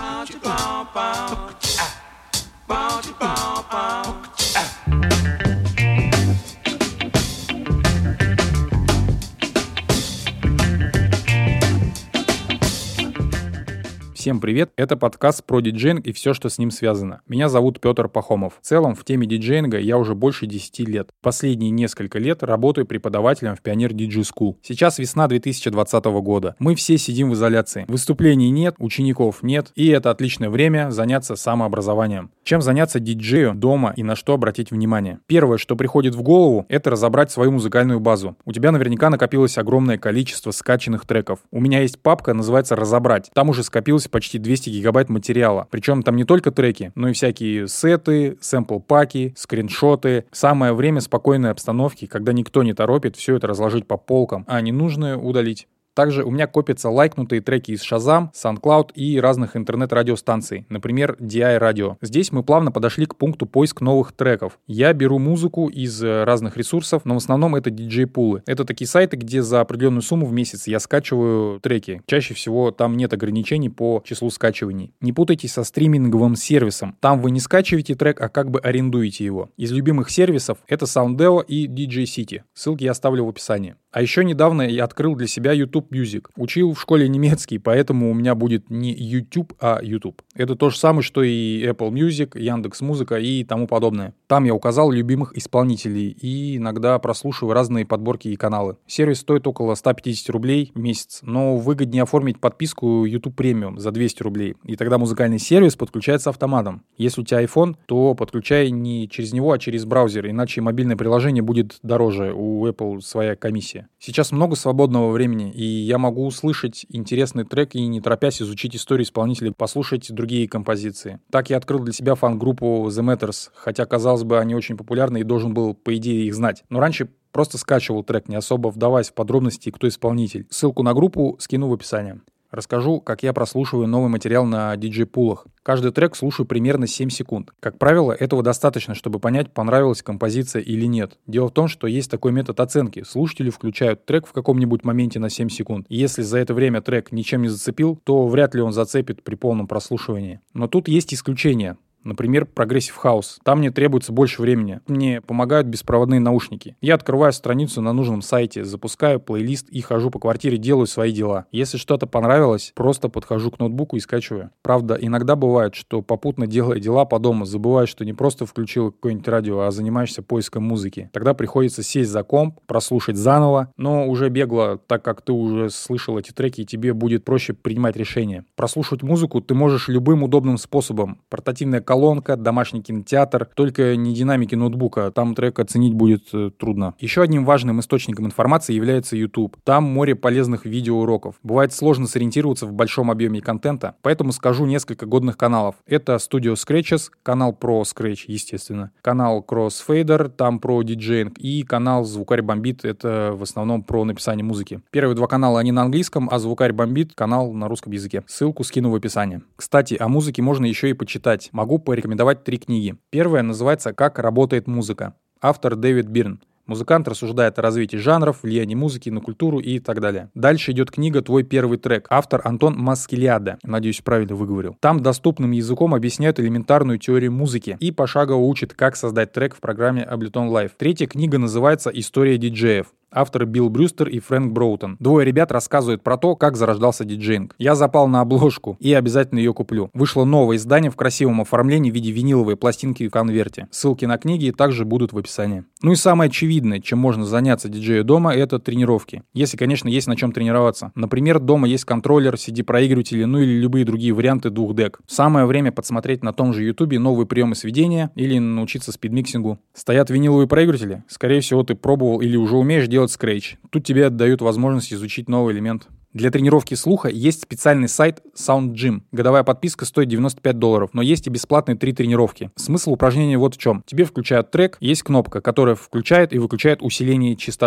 Всем привет, это подкаст про диджеинг и все, что с ним связано. Меня зовут Петр Пахомов. В целом, в теме диджеинга я уже больше 10 лет. Последние несколько лет работаю преподавателем в Pioneer DJ School. Сейчас весна 2020 года. Мы все сидим в изоляции. Выступлений нет, учеников нет, и это отличное время заняться самообразованием. Чем заняться диджею дома и на что обратить внимание? Первое, что приходит в голову, это разобрать свою музыкальную базу. У тебя наверняка накопилось огромное количество скачанных треков. У меня есть папка, называется «Разобрать». Там уже скопилось почти 200 гигабайт материала. Причем там не только треки, но и всякие сеты, сэмпл-паки, скриншоты. Самое время спокойной обстановки, когда никто не торопит все это разложить по полкам, а ненужное удалить. Также у меня копятся лайкнутые треки из Shazam, SoundCloud и разных интернет-радиостанций, например, DI Radio. Здесь мы плавно подошли к пункту поиск новых треков. Я беру музыку из разных ресурсов, но в основном это DJ-пулы. Это такие сайты, где за определенную сумму в месяц я скачиваю треки. Чаще всего там нет ограничений по числу скачиваний. Не путайтесь со стриминговым сервисом. Там вы не скачиваете трек, а как бы арендуете его. Из любимых сервисов это Sounddeo и DJ City. Ссылки я оставлю в описании. А еще недавно я открыл для себя YouTube Music. Учил в школе немецкий, поэтому у меня будет не YouTube, а YouTube. Это то же самое, что и Apple Music, Яндекс.Музыка и тому подобное. Там я указал любимых исполнителей и иногда прослушиваю разные подборки и каналы. Сервис стоит около 150 рублей в месяц, но выгоднее оформить подписку YouTube Premium за 200 рублей. И тогда музыкальный сервис подключается автоматом. Если у тебя iPhone, то подключай не через него, а через браузер, иначе мобильное приложение будет дороже. У Apple своя комиссия. Сейчас много свободного времени, и я могу услышать интересный трек и, не торопясь, изучить историю исполнителей, послушать другие композиции. Так я открыл для себя фан-группу The Matters, хотя, казалось бы, они очень популярны и должен был, по идее, их знать. Но раньше просто скачивал трек, не особо вдаваясь в подробности, кто исполнитель. Ссылку на группу скину в описании. Расскажу, как я прослушиваю новый материал на диджей-пулах. Каждый трек слушаю примерно 7 секунд. Как правило, этого достаточно, чтобы понять, понравилась композиция или нет. Дело в том, что есть такой метод оценки. Слушатели включают трек в каком-нибудь моменте на 7 секунд. И если за это время трек ничем не зацепил, то вряд ли он зацепит при полном прослушивании. Но тут есть исключения. Например, Progressive House. Там мне требуется больше времени. Мне помогают беспроводные наушники. Я открываю страницу на нужном сайте, запускаю плейлист и хожу по квартире, делаю свои дела. Если что-то понравилось, просто подхожу к ноутбуку и скачиваю. Правда, иногда бывает, что попутно делая дела по дому, забываешь, что не просто включил какое-нибудь радио, а занимаешься поиском музыки. Тогда приходится сесть за комп, прослушать заново, но уже бегло, так как ты уже слышал эти треки, и тебе будет проще принимать решения. Прослушать музыку ты можешь любым удобным способом. Портативная колонка, домашний кинотеатр, только не динамики ноутбука, там трек оценить будет трудно. Еще одним важным источником информации является YouTube. Там море полезных видеоуроков. Бывает сложно сориентироваться в большом объеме контента, поэтому скажу несколько годных каналов. Это Studio Scratches, канал про Scratch, естественно, канал Crossfader, там про диджеинг, и канал Звукарь Бомбит, это в основном про написание музыки. Первые два канала, они на английском, а Звукарь Бомбит канал на русском языке. Ссылку скину в описании. Кстати, о музыке можно еще и почитать. Могу порекомендовать 3 книги. Первая называется «Как работает музыка». Автор Дэвид Бирн. Музыкант рассуждает о развитии жанров, влиянии музыки на культуру и так далее. Дальше идет книга «Твой первый трек». Автор Антон Маскелиада. Надеюсь, правильно выговорил. Там доступным языком объясняют элементарную теорию музыки и пошагово учат, как создать трек в программе Ableton Live. Третья книга называется «История диджеев». Авторы Билл Брюстер и Фрэнк Броутон. Двое ребят рассказывают про то, как зарождался диджеинг. Я запал на обложку и обязательно ее куплю. Вышло новое издание в красивом оформлении в виде виниловой пластинки в конверте. Ссылки на книги также будут в описании. Ну и самое очевидное, чем можно заняться диджею дома, это тренировки. Если, конечно, есть на чем тренироваться. Например, дома есть контроллер, CD-проигрыватели, ну или любые другие варианты двухдек. Самое время подсмотреть на том же YouTube новые приемы сведения или научиться спидмиксингу. Стоят виниловые проигрыватели? Скорее всего, ты пробовал или уже умеешь делать Scratch. Тут тебе дают возможность изучить новый элемент. Для тренировки слуха есть специальный сайт SoundGym. Годовая подписка стоит $95, но есть и бесплатные 3 тренировки. Смысл упражнения вот в чем. Тебе включают трек, есть кнопка, которая включает и выключает усиление частоты.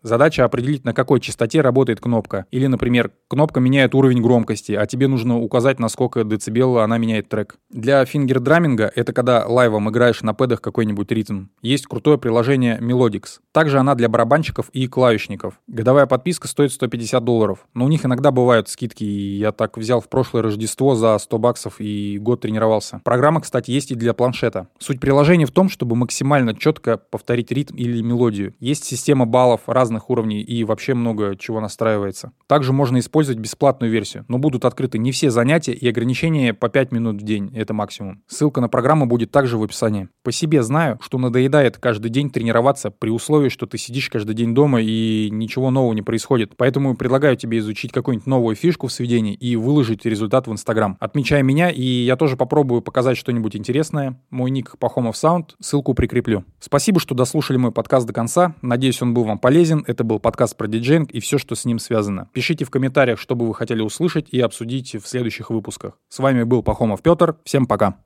Задача определить, на какой частоте работает кнопка. Или, например, кнопка меняет уровень громкости, а тебе нужно указать, на сколько децибел она меняет трек. Для фингердраминга, это когда лайвом играешь на пэдах какой-нибудь ритм, есть крутое приложение Melodics. Также она для барабанщиков и клавишников. Годовая подписка стоит $150, но у них иногда бывают скидки, и я так взял в прошлое Рождество за $100 и год тренировался. Программа, кстати, есть и для планшета. Суть приложения в том, чтобы максимально четко повторить ритм или мелодию. Есть система баллов разных уровней и вообще много чего настраивается. Также можно использовать бесплатную версию, но будут открыты не все занятия и ограничения по 5 минут в день, это максимум. Ссылка на программу будет также в описании. По себе знаю, что надоедает каждый день тренироваться при условии, что ты сидишь каждый день дома и ничего нового не происходит. Поэтому предлагаю тебе изучить какую-нибудь новую фишку в сведении и выложить результат в Инстаграм. Отмечай меня, и я тоже попробую показать что-нибудь интересное. Мой ник Пахомов Саунд, ссылку прикреплю. Спасибо, что дослушали мой подкаст до конца. Надеюсь, он был вам полезен. Это был подкаст про диджеинг и все, что с ним связано. Пишите в комментариях, что бы вы хотели услышать и обсудить в следующих выпусках. С вами был Пахомов Петр. Всем пока.